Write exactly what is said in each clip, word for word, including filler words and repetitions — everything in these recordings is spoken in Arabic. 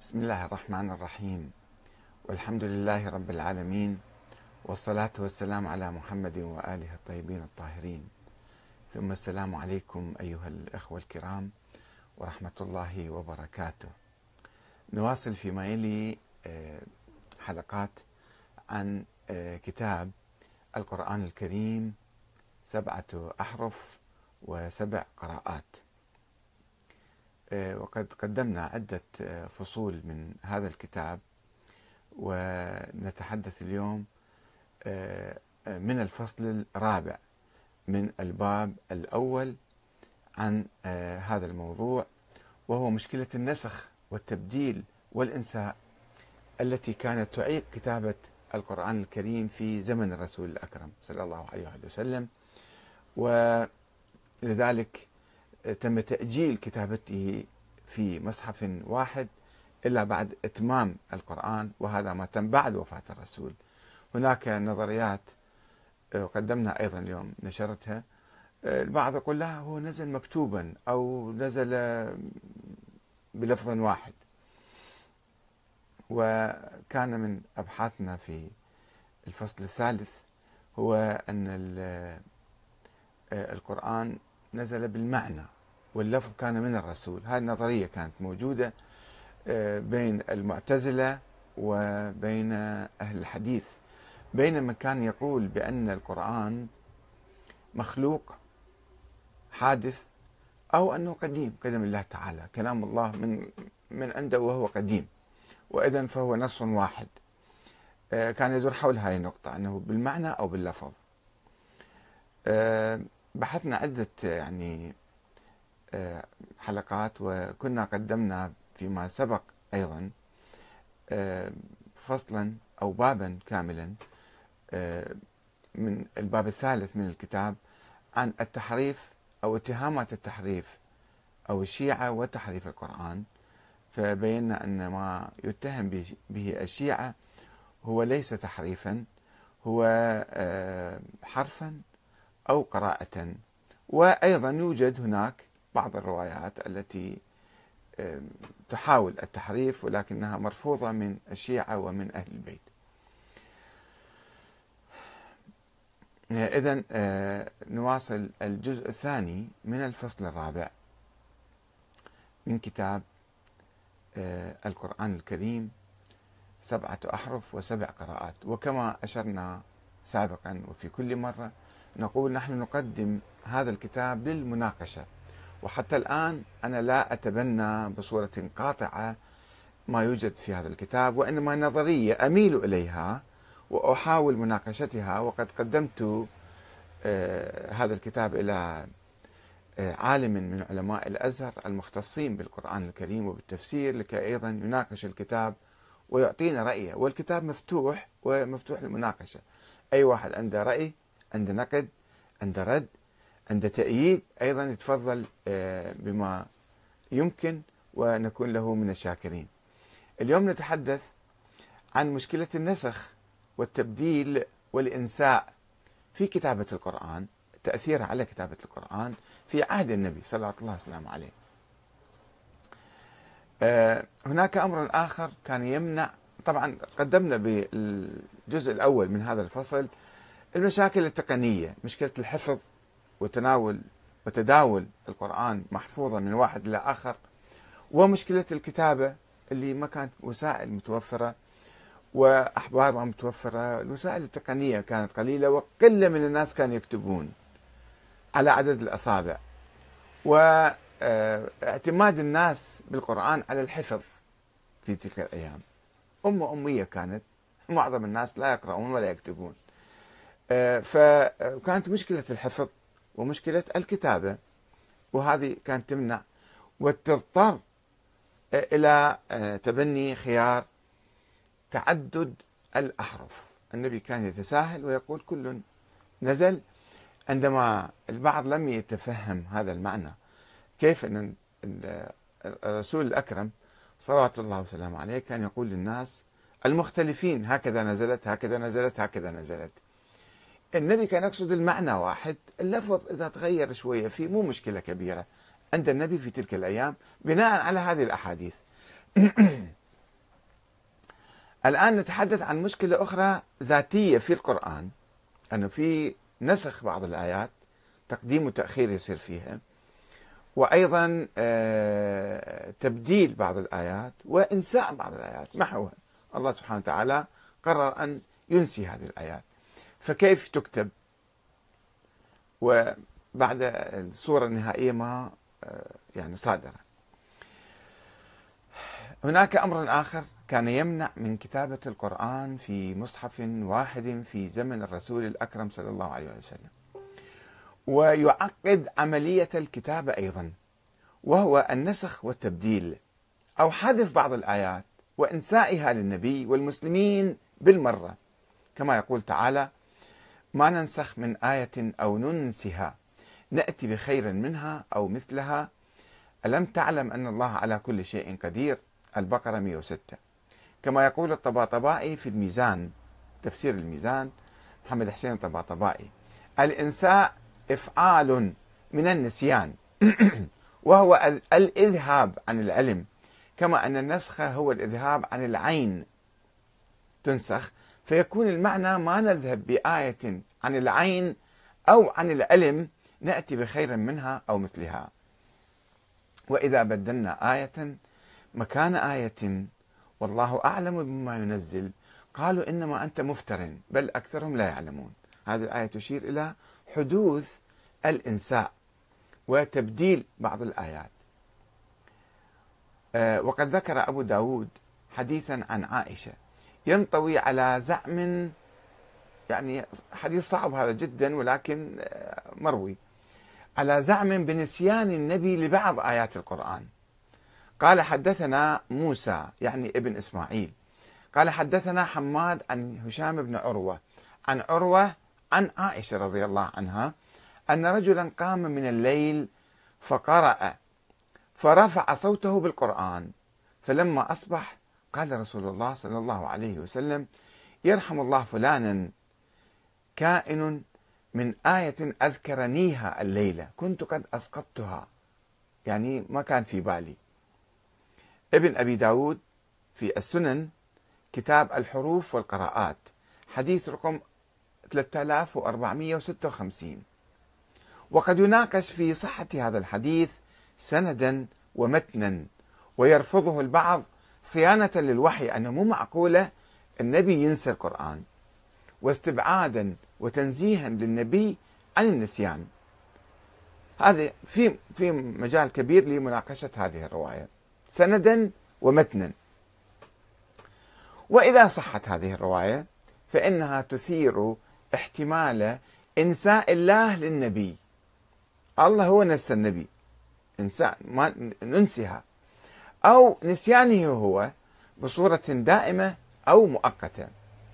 بسم الله الرحمن الرحيم، والحمد لله رب العالمين، والصلاة والسلام على محمد وآله الطيبين الطاهرين، ثم السلام عليكم أيها الأخوة الكرام ورحمة الله وبركاته. نواصل فيما يلي حلقات عن كتاب القرآن الكريم سبعة أحرف وسبع قراءات، وقد قدمنا عدة فصول من هذا الكتاب، ونتحدث اليوم من الفصل الرابع من الباب الأول عن هذا الموضوع، وهو مشكلة النسخ والتبديل والإنساء التي كانت تعيق كتابة القرآن الكريم في زمن الرسول الأكرم صلى الله عليه وسلم، ولذلك تم تأجيل كتابته في مصحف واحد إلا بعد إتمام القرآن، وهذا ما تم بعد وفاة الرسول. هناك نظريات قدمنا أيضا اليوم نشرتها، البعض يقول لا هو نزل مكتوبا أو نزل بلفظ واحد، وكان من أبحاثنا في الفصل الثالث هو أن القرآن نزل بالمعنى واللفظ كان من الرسول. هذه النظرية كانت موجودة بين المعتزلة وبين أهل الحديث، بينما كان يقول بأن القرآن مخلوق حادث أو أنه قديم قدم الله تعالى، كلام الله من من عنده وهو قديم، وإذن فهو نص واحد. كان يدور حول هذه النقطة أنه بالمعنى أو باللفظ. بحثنا عدة يعني حلقات، وكنا قدمنا فيما سبق أيضا فصلا أو بابا كاملا من الباب الثالث من الكتاب عن التحريف أو اتهامات التحريف أو الشيعة وتحريف القرآن، فبينا أن ما يتهم به الشيعة هو ليس تحريفا، هو حرفا أو قراءة. وأيضا يوجد هناك بعض الروايات التي تحاول التحريف ولكنها مرفوضة من الشيعة ومن أهل البيت. إذن نواصل الجزء الثاني من الفصل الرابع من كتاب القرآن الكريم سبعة أحرف وسبع قراءات. وكما أشرنا سابقا وفي كل مرة نقول نحن نقدم هذا الكتاب للمناقشة، وحتى الآن أنا لا أتبنى بصورة قاطعة ما يوجد في هذا الكتاب، وإنما نظرية أميل إليها وأحاول مناقشتها. وقد قدمت آه هذا الكتاب إلى آه عالم من علماء الأزهر المختصين بالقرآن الكريم وبالتفسير، لكي أيضا يناقش الكتاب ويعطينا رأيه. والكتاب مفتوح ومفتوح للمناقشة، أي واحد عنده رأي، عنده نقد، عنده رد، عنده تأييد، أيضا يتفضل بما يمكن ونكون له من الشاكرين. اليوم نتحدث عن مشكلة النسخ والتبديل والإنساء في كتابة القرآن، تأثيرها على كتابة القرآن في عهد النبي صلى الله عليه وسلم عليه. هناك أمر آخر كان يمنع، طبعا قدمنا بالجزء الأول من هذا الفصل المشاكل التقنية، مشكلة الحفظ وتناول وتداول القرآن محفوظا من واحد إلى آخر، ومشكلة الكتابة اللي ما كانت وسائل متوفرة وأحبار ما متوفرة، الوسائل التقنية كانت قليلة، وقلة من الناس كانوا يكتبون على عدد الأصابع، واعتماد الناس بالقرآن على الحفظ في تلك الأيام. أمة أمية كانت، معظم الناس لا يقرؤون ولا يكتبون، فكانت مشكلة الحفظ ومشكلة الكتابة، وهذه كانت تمنع وتضطر إلى تبني خيار تعدد الأحرف. النبي كان يتساهل ويقول كل نزل، عندما البعض لم يتفهم هذا المعنى، كيف أن الرسول الأكرم صلوات الله وسلامه عليه كان يقول للناس المختلفين هكذا نزلت هكذا نزلت هكذا نزلت. النبي كان يقصد المعنى واحد، اللفظ إذا تغير شوية فيه مو مشكلة كبيرة عند النبي في تلك الأيام بناء على هذه الأحاديث. الآن نتحدث عن مشكلة أخرى ذاتية في القرآن، أنه في نسخ بعض الآيات، تقديم وتأخير يصير فيها، وأيضا تبديل بعض الآيات وإنساء بعض الآيات، محوها. الله سبحانه وتعالى قرر أن ينسي هذه الآيات، فكيف تكتب وبعد الصورة النهائية ما يعني صادرة؟ هناك أمر آخر كان يمنع من كتابة القرآن في مصحف واحد في زمن الرسول الأكرم صلى الله عليه وسلم، ويعقد عملية الكتابة أيضا، وهو النسخ والتبديل أو حذف بعض الآيات وإنسائها للنبي والمسلمين بالمرة، كما يقول تعالى: ما ننسخ من آية أو ننسها نأتي بخير منها أو مثلها ألم تعلم أن الله على كل شيء قدير، البقرة مئة وستة. كما يقول الطباطبائي في الميزان، تفسير الميزان، محمد حسين الطباطبائي: الإنساء إفعال من النسيان وهو الإذهاب عن العلم، كما أن النسخ هو الإذهاب عن العين، تنسخ، فيكون المعنى ما نذهب بآية عن العين أو عن العلم نأتي بخير منها أو مثلها. وإذا بدلنا آية مكان آية والله أعلم بما ينزل قالوا إنما أنت مفتر بل أكثرهم لا يعلمون. هذه الآية تشير إلى حدوث الإنساء وتبديل بعض الآيات. وقد ذكر أبو داود حديثا عن عائشة ينطوي على زعم، يعني حديث صعب هذا جدا ولكن مروي، على زعم بنسيان النبي لبعض آيات القرآن. قال: حدثنا موسى يعني ابن إسماعيل قال حدثنا حماد عن هشام بن عروة عن عروة عن عائشة رضي الله عنها أن رجلا قام من الليل فقرأ فرفع صوته بالقرآن، فلما أصبح قال رسول الله صلى الله عليه وسلم: يرحم الله فلانا كائن من آية أذكرنيها الليلة كنت قد أسقطتها، يعني ما كان في بالي. ابن أبي داود في السنن كتاب الحروف والقراءات حديث رقم ثلاثة آلاف وأربعمئة وستة وخمسين. وقد يناقش في صحة هذا الحديث سندا ومتنا، ويرفضه البعض صيانة للوحي، أنه مو معقولة النبي ينسى القرآن، واستبعادا وتنزيها للنبي عن النسيان. هذا في في مجال كبير لمناقشة هذه الرواية سندا ومتنا. وإذا صحت هذه الرواية فإنها تثير احتمال إنساء الله للنبي، الله هو نسى النبي، إنساء ما ننسيها، أو نسيانه هو بصورة دائمة أو مؤقتة.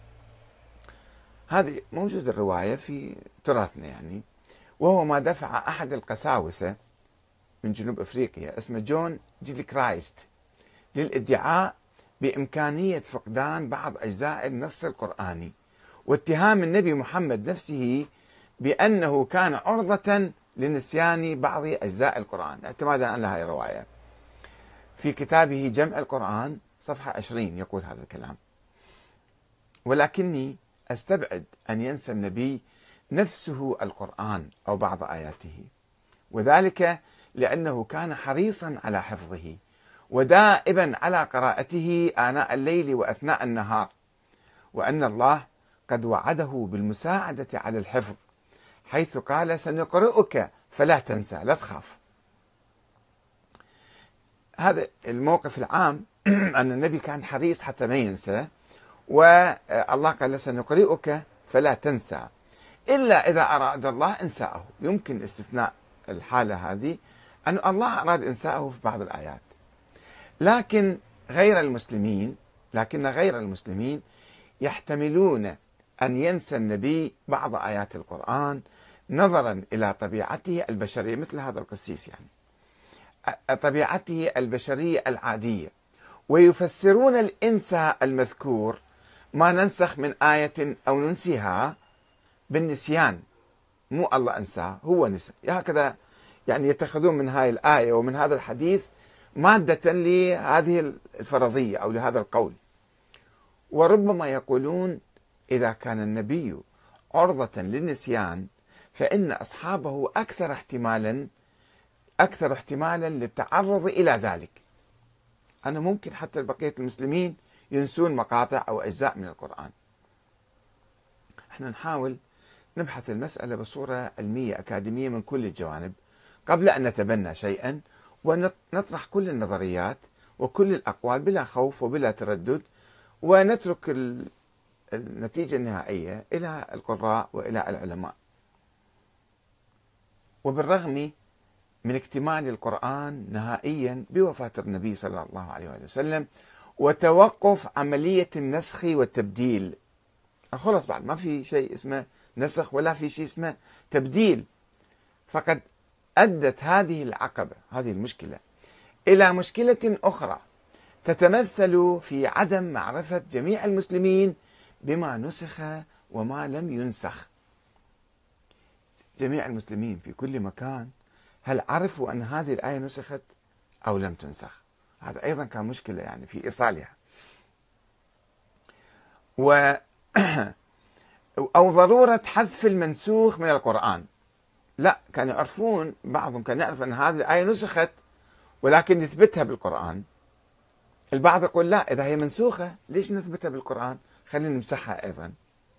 هذه موجود الرواية في تراثنا يعني، وهو ما دفع أحد القساوسة من جنوب أفريقيا اسمه جون جيلي كرايست للادعاء بإمكانية فقدان بعض أجزاء النص القرآني، واتهام النبي محمد نفسه بأنه كان عرضة لنسيان بعض أجزاء القرآن، اعتمادا على هذه الرواية. في كتابه جمع القرآن صفحة عشرين يقول هذا الكلام: ولكني أستبعد أن ينسى النبي نفسه القرآن أو بعض آياته، وذلك لأنه كان حريصا على حفظه ودائبا على قراءته آناء الليل وأثناء النهار، وأن الله قد وعده بالمساعدة على الحفظ حيث قال: سنقرئك فلا تنسى، لا تخاف. هذا الموقف العام أن النبي كان حريص حتى ما ينسى، والله قال: سنقرئك فلا تنسى، إلا إذا أراد الله إنساءه. يمكن استثناء الحالة هذه أن الله أراد إنساءه في بعض الآيات، لكن غير المسلمين لكن غير المسلمين يحتملون أن ينسى النبي بعض آيات القرآن نظرا إلى طبيعته البشرية، مثل هذا القسيس يعني طبيعته البشرية العادية، ويفسرون الإنساء المذكور ما ننسخ من آية أو ننسيها بالنسيان، مو الله أنساه، هو نسى، هكذا يعني يتخذون من هذه الآية ومن هذا الحديث مادة لهذه الفرضية أو لهذا القول. وربما يقولون إذا كان النبي عرضة للنسيان فإن أصحابه أكثر احتمالا أكثر احتمالا للتعرض إلى ذلك. أنا ممكن حتى بقية المسلمين ينسون مقاطع أو أجزاء من القرآن. احنا نحاول نبحث المسألة بصورة علمية أكاديمية من كل الجوانب قبل أن نتبنى شيئا، ونطرح كل النظريات وكل الأقوال بلا خوف وبلا تردد، ونترك النتيجة النهائية إلى القراء وإلى العلماء. وبالرغم من اكتمال القرآن نهائيا بوفاة النبي صلى الله عليه وسلم وتوقف عملية النسخ والتبديل، خلص بعد ما في شيء اسمه نسخ ولا في شيء اسمه تبديل، فقد أدت هذه العقبة، هذه المشكلة، إلى مشكلة أخرى تتمثل في عدم معرفة جميع المسلمين بما نسخ وما لم ينسخ. جميع المسلمين في كل مكان هل عرفوا أن هذه الآية نسخت أو لم تنسخ؟ هذا أيضا كان مشكلة يعني في إيصالها. و أو ضرورة حذف المنسوخ من القرآن. لا، كانوا يعرفون، بعضهم كان يعرف أن هذه الآية نسخت ولكن يثبتها بالقرآن. البعض يقول لا، إذا هي منسوخة ليش نثبتها بالقرآن؟ خلينا نمسحها أيضا.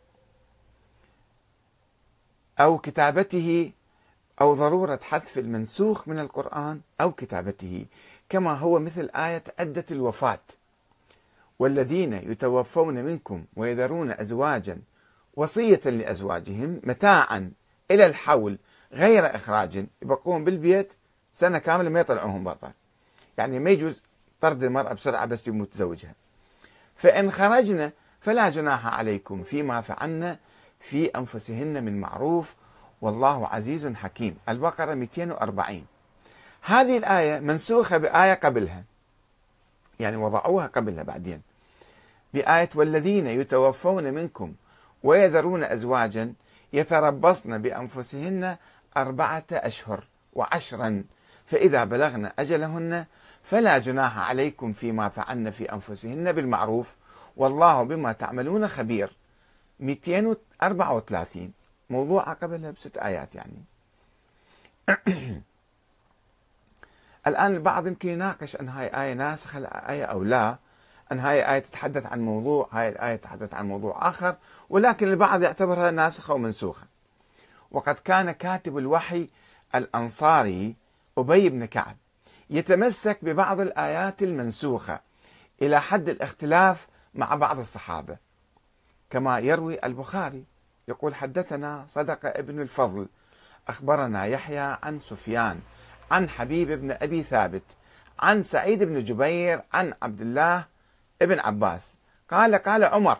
أو كتابته، أو ضرورة حذف المنسوخ من القرآن أو كتابته، كما هو مثل آية عدة الوفاة: والذين يتوفون منكم ويذرون أزواجا وصية لأزواجهم متاعا إلى الحول غير إخراج، يبقون بالبيت سنة كاملة ما يطلعوهم برا، يعني ما يجوز طرد المرأة بسرعة بس يموت زوجها. فإن خرجنا فلا جناح عليكم فيما فعلن في أنفسهن من معروف والله عزيز حكيم. البقرة مئتين وأربعين. هذه الآية منسوخة بآية قبلها، يعني وضعوها قبلها بعدين بآية: والذين يتوفون منكم ويذرون أزواجا يتربصن بأنفسهن أربعة أشهر وعشرا فإذا بلغن أجلهن فلا جناح عليكم فيما فعلن في أنفسهن بالمعروف والله بما تعملون خبير. مئتين وأربعة وثلاثين، موضوع قبلها بست آيات يعني. الآن البعض يمكن يناقش أن هاي آية ناسخة الآية أو لا، أن هاي آية تتحدث عن موضوع، هاي الآية تتحدث عن موضوع آخر، ولكن البعض يعتبرها ناسخة ومنسوخة. وقد كان كاتب الوحي الأنصاري أبي بن كعب يتمسك ببعض الآيات المنسوخة إلى حد الاختلاف مع بعض الصحابة، كما يروي البخاري يقول: حدثنا صدق ابن الفضل أخبرنا يحيى عن سفيان عن حبيب بن أبي ثابت عن سعيد بن جبير عن عبد الله ابن عباس قال: قال عمر: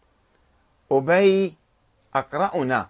أبي أقرأنا،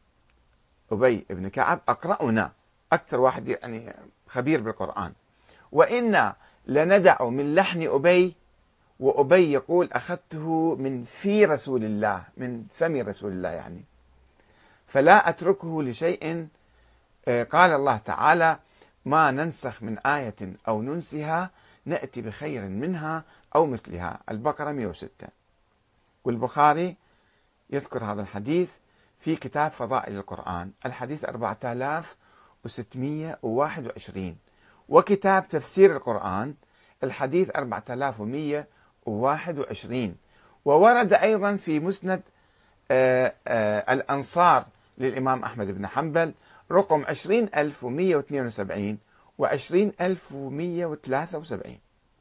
أبي بن كعب أقرأنا، أكثر واحد يعني خبير بالقرآن، وإنا لندع من لحن أبي، وأبي يقول: أخذته من في رسول الله، من فم رسول الله يعني، فلا أتركه لشيء. قال الله تعالى: ما ننسخ من آية أو ننسها نأتي بخير منها أو مثلها. البقرة مئة وستة. والبخاري يذكر هذا الحديث في كتاب فضائل القرآن، الحديث أربعة آلاف وستمئة وواحد وعشرين، وكتاب تفسير القرآن الحديث أربعة آلاف ومئة وواحد وعشرين، وورد أيضا في مسند آآ آآ الأنصار للإمام أحمد بن حنبل رقم عشرين ألف ومئة واثنين وسبعين وعشرين ألف ومئة وثلاثة وسبعين.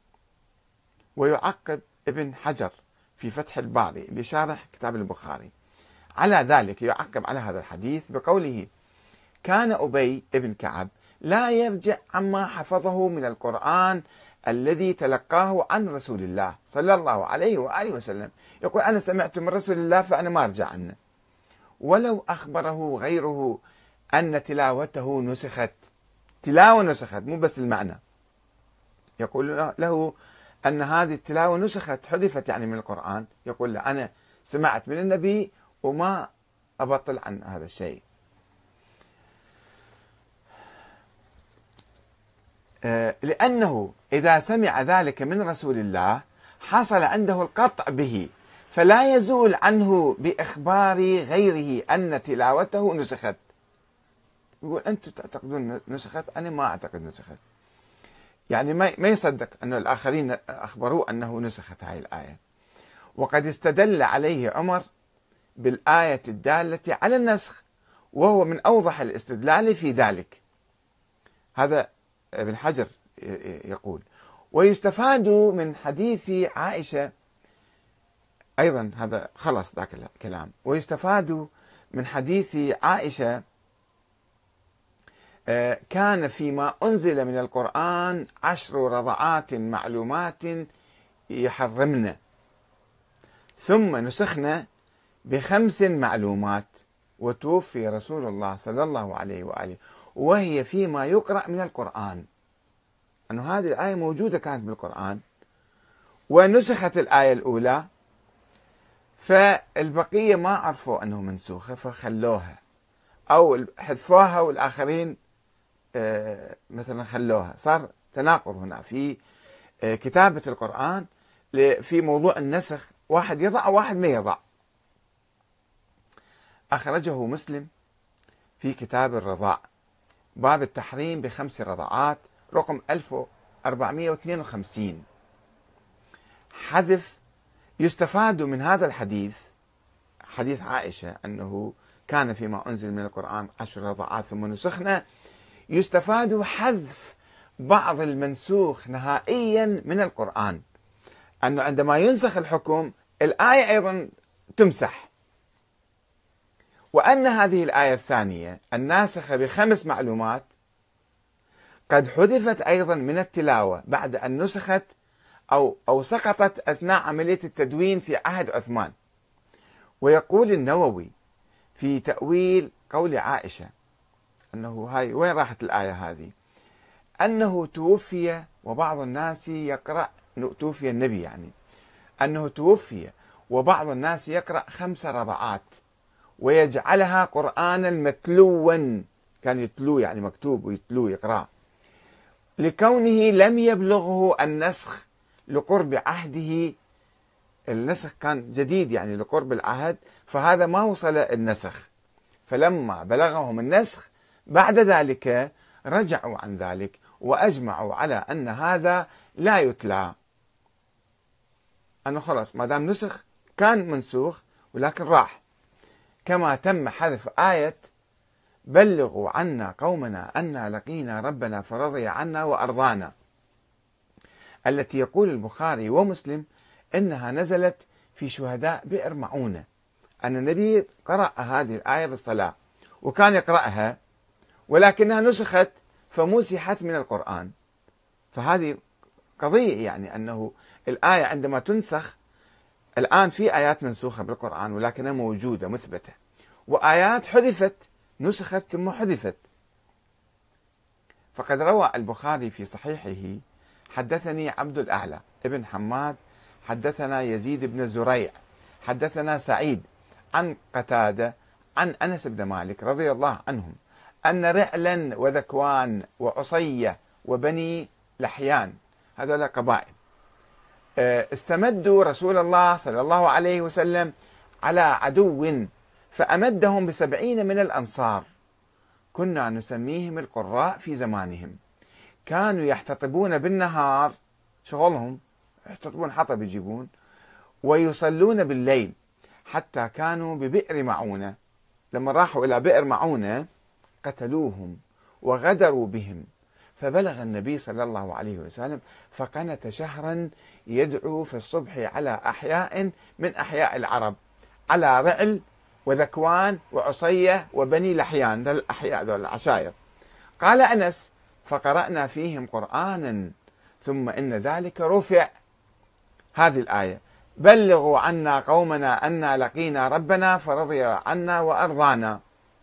ويعقب ابن حجر في فتح الباري بشارح كتاب البخاري على ذلك، يعقب على هذا الحديث بقوله: كان أبي بن كعب لا يرجع عما حفظه من القرآن الذي تلقاه عن رسول الله صلى الله عليه وآله وسلم. يقول: أنا سمعت من رسول الله فأنا ما أرجع عنه، ولو أخبره غيره أن تلاوته نسخت، تلاوة نسخت مو بس المعنى، يقول له أن هذه التلاوة نسخت، حذفت يعني من القرآن، يقول له: أنا سمعت من النبي وما أبطل عن هذا الشيء. لأنه إذا سمع ذلك من رسول الله حصل عنده القطع به، فلا يزول عنه بإخبار غيره أن تلاوته نسخت. يقول أنتم تعتقدون نسخت، أنا ما أعتقد نسخت. يعني ما ما يصدق أن الآخرين أخبروه أنه نسخت هاي الآية. وقد استدل عليه عمر بالآية الدالة على النسخ، وهو من أوضح الاستدلال في ذلك. هذا ابن حجر يقول. ويستفاد من حديث عائشة أيضا، هذا خلص ذاك الكلام. ويستفاد من حديث عائشة كان فيما أنزل من القرآن عشر رضعات معلومات يحرمن ثم نسخنا بخمس معلومات وتوفي رسول الله صلى الله عليه وآله وهي فيما يقرأ من القرآن. أنه هذه الآية موجودة كانت بالقرآن ونسخت الآية الأولى، فالبقية ما عرفوا أنه منسوخة فخلوها أو حذفوها والآخرين مثلا خلوها. صار تناقض هنا في كتابة القرآن في موضوع النسخ، واحد يضع وواحد ما يضع. أخرجه مسلم في كتاب الرضاع باب التحريم بخمس رضعات رقم ألف وأربعمئة واثنين وخمسين. حذف يستفاد من هذا الحديث، حديث عائشة أنه كان فيما أنزل من القرآن عشر رضعات ثم نسخنا، يستفاد حذف بعض المنسوخ نهائيا من القرآن، أنه عندما ينسخ الحكم الآية أيضا تمسح، وأن هذه الآية الثانية الناسخة بخمس معلومات قد حذفت أيضا من التلاوة بعد أن نسخت أو أو سقطت أثناء عملية التدوين في عهد عثمان. ويقول النووي في تأويل قول عائشة أنه هاي وين راحت الآية هذه، أنه توفي وبعض الناس يقرأ، توفي النبي يعني، أنه توفي وبعض الناس يقرأ خمس رضعات ويجعلها قرآنا متلوا، كان يتلو يعني مكتوب ويتلو يقرأ، لكونه لم يبلغه النسخ لقرب عهده. النسخ كان جديد يعني لقرب العهد، فهذا ما وصل النسخ، فلما بلغهم النسخ بعد ذلك رجعوا عن ذلك وأجمعوا على أن هذا لا يتلى، أنه خلاص ما دام نسخ كان منسوخ ولكن راح. كما تم حذف آية بلغوا عنا قومنا أنا لقينا ربنا فرضي عنا وأرضانا، التي يقول البخاري ومسلم إنها نزلت في شهداء بئر معونة، أن النبي قرأ هذه الآية بالصلاة وكان يقرأها ولكنها نسخت فمسحت من القرآن. فهذه قضية يعني أنه الآية عندما تنسخ، الآن في آيات منسوخة بالقرآن ولكنها موجودة مثبتة، وآيات حذفت نسخت ثم حذفت. فقد روى البخاري في صحيحه حدثني عبد الأعلى ابن حماد حدثنا يزيد بن زريع حدثنا سعيد عن قتادة عن أنس بن مالك رضي الله عنهم أن رعلا وذكوان وعصية وبني لحيان، هذول قبائل، استمدوا رسول الله صلى الله عليه وسلم على عدو فأمدهم بسبعين من الأنصار، كنا نسميهم القراء في زمانهم، كانوا يحتطبون بالنهار، شغلهم يحتطبون حطب يجيبون، ويصلون بالليل، حتى كانوا ببئر معونة، لما راحوا إلى بئر معونة قتلوهم وغدروا بهم، فبلغ النبي صلى الله عليه وسلم فقنت شهرا يدعو في الصبح على أحياء من أحياء العرب، على رعل وذكوان وعصية وبني لحيان، ذل الأحياء ذول العشائر. قال أنس فقرأنا فيهم قرآنا ثم إن ذلك رفع، هذه الآية بلغوا عنا قومنا أنا لقينا ربنا فرضي عنا وأرضانا.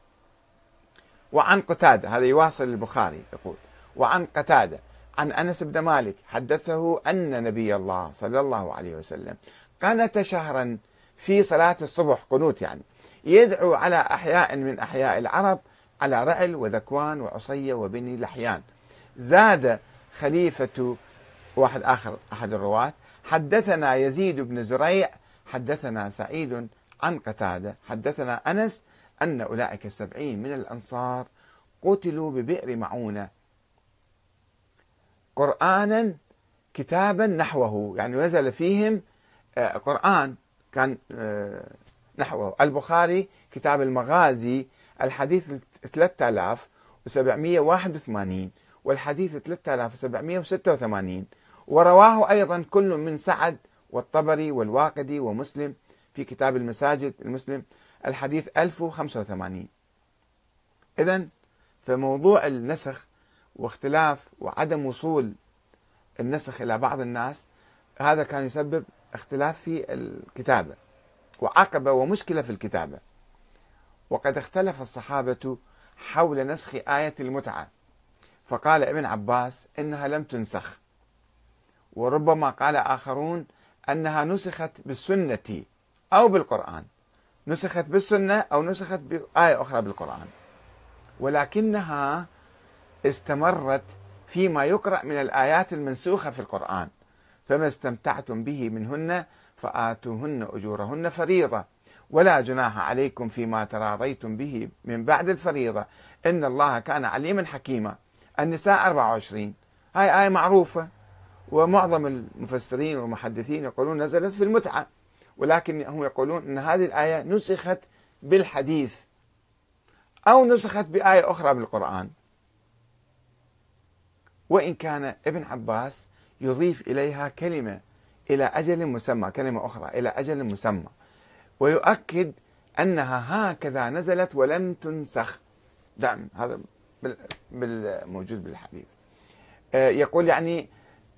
وعن قتادة، هذا يواصل البخاري يقول وعن قتادة عن أنس بن مالك حدثه أن نبي الله صلى الله عليه وسلم قنت شهرا في صلاة الصبح، قنوت يعني، يدعو على أحياء من أحياء العرب، على رعل وذكوان وعصية وبني لحيان. زاد خليفة واحد آخر أحد الرواة حدثنا يزيد بن زريع حدثنا سعيد عن قتادة حدثنا أنس أن أولئك السبعين من الأنصار قتلوا ببئر معونة قرآنا كتابا نحوه، يعني نزل فيهم قرآن كان نحوه. البخاري كتاب المغازي الحديث ثلاثة آلاف وسبعمئة وواحد وثمانين والحديث ثلاثة آلاف وسبعمئة وستة وثمانين، ورواه أيضا كل من سعد والطبري والواقدي ومسلم في كتاب المساجد المسلم الحديث ألف وخمسة وثمانين. إذن فموضوع النسخ واختلاف وعدم وصول النسخ إلى بعض الناس هذا كان يسبب اختلاف في الكتابة وعقبة ومشكلة في الكتابة. وقد اختلف الصحابة حول نسخ آية المتعة، فقال ابن عباس إنها لم تنسخ، وربما قال آخرون أنها نسخت بالسنة أو بالقرآن، نسخت بالسنة أو نسخت بآية أخرى بالقرآن، ولكنها استمرت فيما يقرأ من الآيات المنسوخة في القرآن، فما استمتعتم به منهن فآتوهن أجورهن فريضة ولا جناح عليكم فيما تراضيتم به من بعد الفريضة إن الله كان عليما حكيما. النساء أربعة وعشرين، هاي آية معروفة، ومعظم المفسرين والمحدثين يقولون نزلت في المتعة، ولكن هم يقولون أن هذه الآية نسخت بالحديث أو نسخت بآية أخرى بالقرآن. وإن كان ابن عباس يضيف إليها كلمة إلى أجل مسمى، كلمة أخرى إلى أجل مسمى، ويؤكد أنها هكذا نزلت ولم تنسخ. دائما هذا بالموجود بالحديث. يقول يعني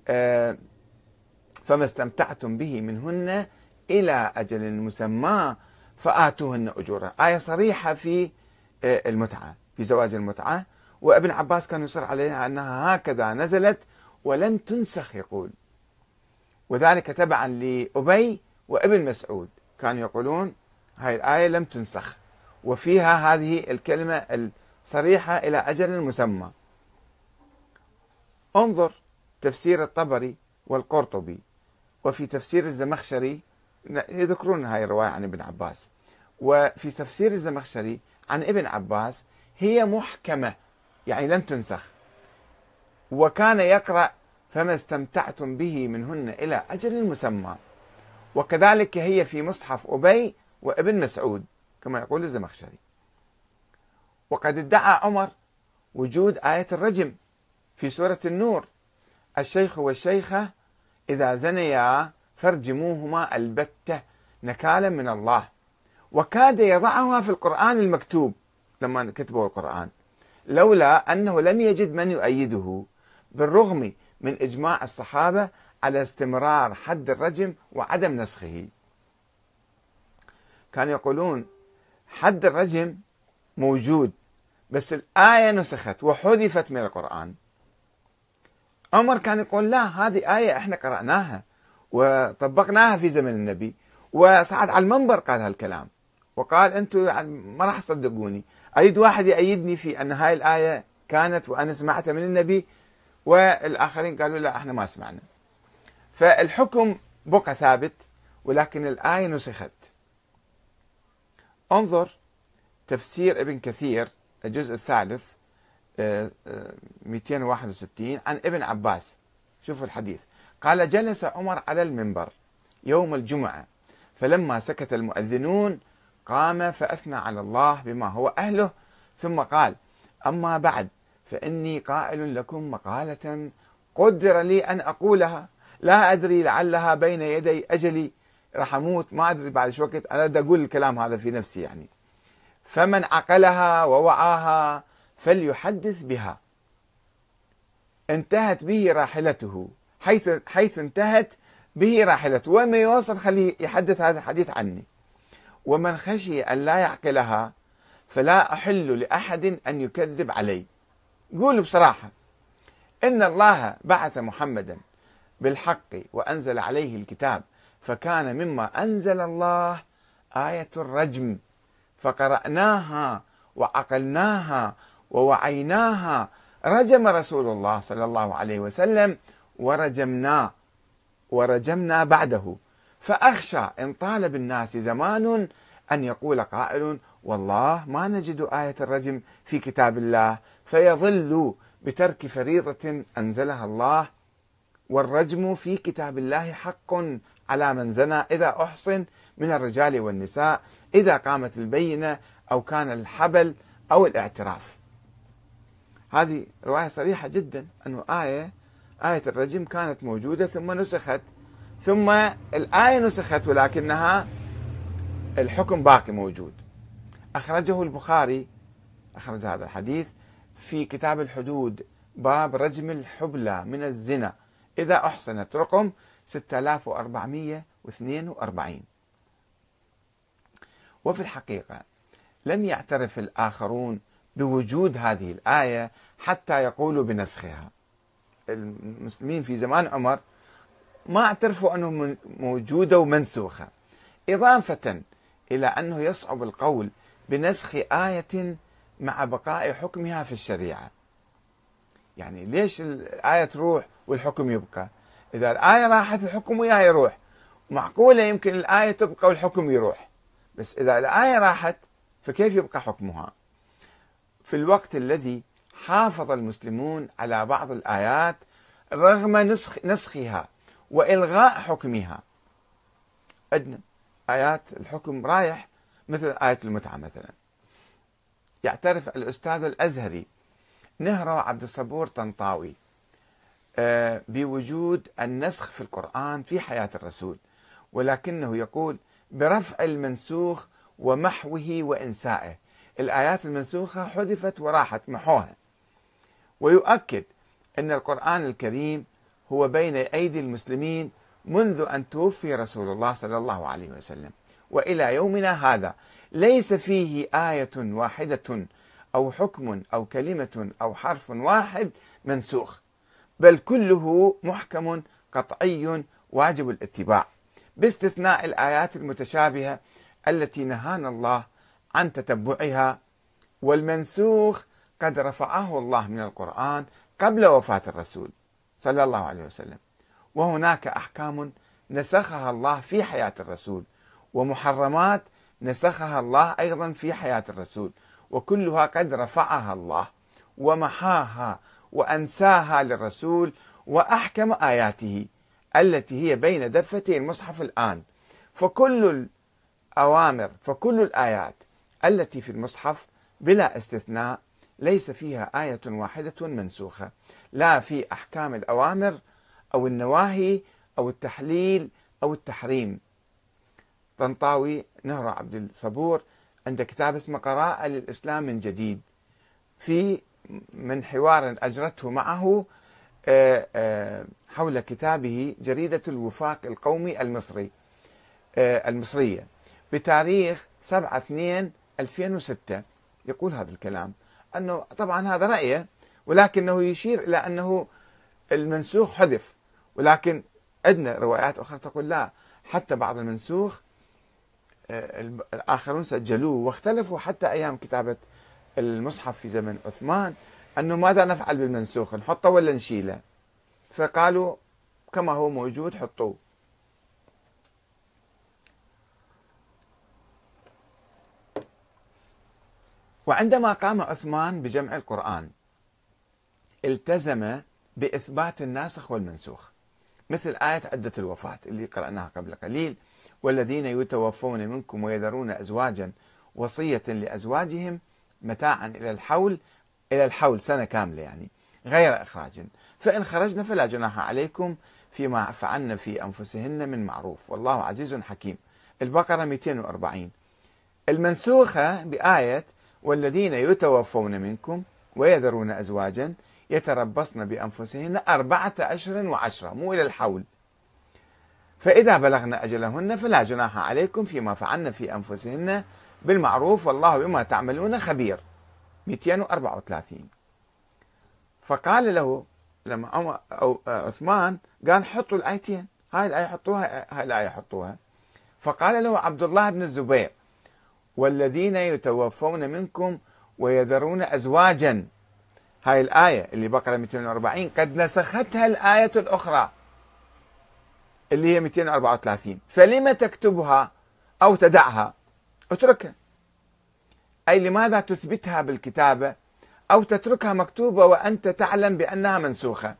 فما استمتعتم به منهن إلى أجل مسمى فآتوهن أجورها، آية صريحة في المتعة، في زواج المتعة، وابن عباس كان يصر عليها أنها هكذا نزلت ولم تنسخ يقول، وذلك تبعا لأبي وابن مسعود كانوا يقولون هاي الآية لم تنسخ وفيها هذه الكلمة الصريحة إلى أجل مسمى. انظر تفسير الطبري والقرطبي، وفي تفسير الزمخشري يذكرون هاي الرواية عن ابن عباس، وفي تفسير الزمخشري عن ابن عباس هي محكمة يعني لم تنسخ، وكان يقرأ فما استمتعتم به منهن إلى أجل مسمى، وكذلك هي في مصحف أبي وابن مسعود كما يقول الزمخشري. وقد ادعى عمر وجود آية الرجم في سورة النور: الشيخ والشيخة إذا زنيا فارجموهما البتة نكالا من الله، وكاد يضعها في القرآن المكتوب لما كتبوا القرآن، لولا أنه لم يجد من يؤيده بالرغم من إجماع الصحابة على استمرار حد الرجم وعدم نسخه. كانوا يقولون حد الرجم موجود بس الآية نسخت وحذفت من القرآن. عمر كان يقول لا، هذه آية احنا قرأناها وطبقناها في زمن النبي، وصعد على المنبر قال هالكلام وقال انتم يعني ما راح تصدقوني، اريد واحد يأيدني في ان هاي الآية كانت وانا سمعتها من النبي، والآخرين قالوا لا احنا ما سمعنا. فالحكم بقى ثابت ولكن الآية نسخت. انظر تفسير ابن كثير الجزء الثالث مئتين وواحد وستين عن ابن عباس. شوفوا الحديث: قال: جلس عمر على المنبر يوم الجمعة، فلما سكت المؤذنون قام فأثنى على الله بما هو أهله، ثم قال: أما بعد فإني قائل لكم مقالة قدر لي أن أقولها، لا أدري لعلها بين يدي أجلي، راح أموت ما أدري بعد شو وقت، أنا بدي أقول الكلام هذا في نفسي يعني، فمن عقلها ووعاها فليحدث بها. انتهت به راحلته، حيث حيث انتهت به راحلته، وما يوصل خليه يحدث هذا الحديث عني. ومن خشي أن لا يعقلها فلا أحل لأحد أن يكذب علي. قولوا بصراحة: إن الله بعث محمدا بالحق وأنزل عليه الكتاب، فكان مما أنزل الله آية الرجم، فقرأناها وعقلناها ووعيناها، رجم رسول الله صلى الله عليه وسلم ورجمنا ورجمنا بعده، فأخشى إن طال بالناس زمان أن يقول قائل والله ما نجد آية الرجم في كتاب الله، فيظل بترك فريضة أنزلها الله. والرجم في كتاب الله حق على من زنى إذا أحصن من الرجال والنساء، إذا قامت البينة أو كان الحبل أو الاعتراف. هذه رواية صريحة جدا أنه آية آية الرجم كانت موجودة ثم نسخت، ثم الآية نسخت ولكنها الحكم باقي موجود. أخرجه البخاري، أخرج هذا الحديث في كتاب الحدود، باب رجم الحبلى من الزنا إذا أحصنت، رقم ستة آلاف وأربعمئة واثنين وأربعين. وفي الحقيقة لم يعترف الآخرون بوجود هذه الآية حتى يقولوا بنسخها. المسلمين في زمان عمر ما اعترفوا أنه موجودة ومنسوخة، إضافة إلى أنه يصعب القول بنسخ آية مع بقاء حكمها في الشريعة. يعني ليش الآية تروح والحكم يبقى؟ إذا الآية راحت الحكم وياها يروح. معقولة يمكن الآية تبقى والحكم يروح، بس إذا الآية راحت فكيف يبقى حكمها؟ في الوقت الذي حافظ المسلمون على بعض الآيات رغم نسخ نسخها وإلغاء حكمها. عندنا آيات الحكم رايح، مثل آية المتعة مثلا. يعترف الأستاذ الأزهري نهرو عبد الصبور طنطاوي بوجود النسخ في القرآن في حياة الرسول، ولكنه يقول برفع المنسوخ ومحوه وإنسائه. الآيات المنسوخة حذفت وراحت، محوها. ويؤكد أن القرآن الكريم هو بين أيدي المسلمين منذ أن توفي رسول الله صلى الله عليه وسلم وإلى يومنا هذا، ليس فيه آية واحدة أو حكم أو كلمة أو حرف واحد منسوخ، بل كله محكم قطعي واجب الاتباع، باستثناء الآيات المتشابهة التي نهانا الله عن تتبعها. والمنسوخ قد رفعه الله من القرآن قبل وفاة الرسول صلى الله عليه وسلم، وهناك أحكام نسخها الله في حياة الرسول، ومحرمات نسخها الله أيضا في حياة الرسول، وكلها قد رفعها الله ومحاها وأنساها للرسول، وأحكم آياته التي هي بين دفتي المصحف الآن. فكل الأوامر فكل الآيات التي في المصحف بلا استثناء ليس فيها آية واحدة منسوخة، لا في أحكام الأوامر أو النواهي أو التحليل أو التحريم. طنطاوي نهرو عبد الصبور عند كتاب اسمه قراءة للإسلام من جديد، في من حوار أجرته معه حول كتابه جريدة الوفاق القومي المصري المصرية بتاريخ سبعة اثنين ألفين وستة، يقول هذا الكلام، أنه طبعا هذا رأيه، ولكنه يشير إلى أنه المنسوخ حذف. ولكن عندنا روايات أخرى تقول لا، حتى بعض المنسوخ الآخرون سجلوه واختلفوا حتى أيام كتابة المصحف في زمن عثمان، أنه ماذا نفعل بالمنسوخ، نحطه ولا نشيله؟ فقالوا كما هو موجود حطوه. وعندما قام عثمان بجمع القرآن التزم بإثبات الناسخ والمنسوخ، مثل آية عدة الوفاة اللي قرأناها قبل قليل: والذين يتوفون منكم ويذرون أزواجا وصية لأزواجهم متاعا إلى الحول إلى الحول سنة كاملة يعني غير إخراج، فإن خرجنا فلا جناح عليكم فيما فعلن في أنفسهن من معروف والله عزيز حكيم. البقرة مئتين وأربعين. المنسوخة بآية والذين يتوفون منكم ويذرون أزواجا يتربصن بأنفسهن أربعة أشهر وعشرة، مو إلى الحول، فإذا بلغن أجلهن فلا جناح عليكم فيما فعلن في أنفسهن بالمعروف والله بما تعملون خبير، مئتين وأربعة وثلاثين. فقال له لما أو عثمان قال حطوا الآيتين، هاي الآية حطوها هاي الآية حطوها. فقال له عبد الله بن الزبير: والذين يتوفون منكم ويذرون أزواجا، هاي الآية اللي بقرة مئتين وأربعين قد نسختها الآية الأخرى اللي هي مئتين وأربعة وثلاثين، فلم تكتبها أو تدعها؟ اتركها. أي لماذا تثبتها بالكتابة أو تتركها مكتوبة وأنت تعلم بأنها منسوخة؟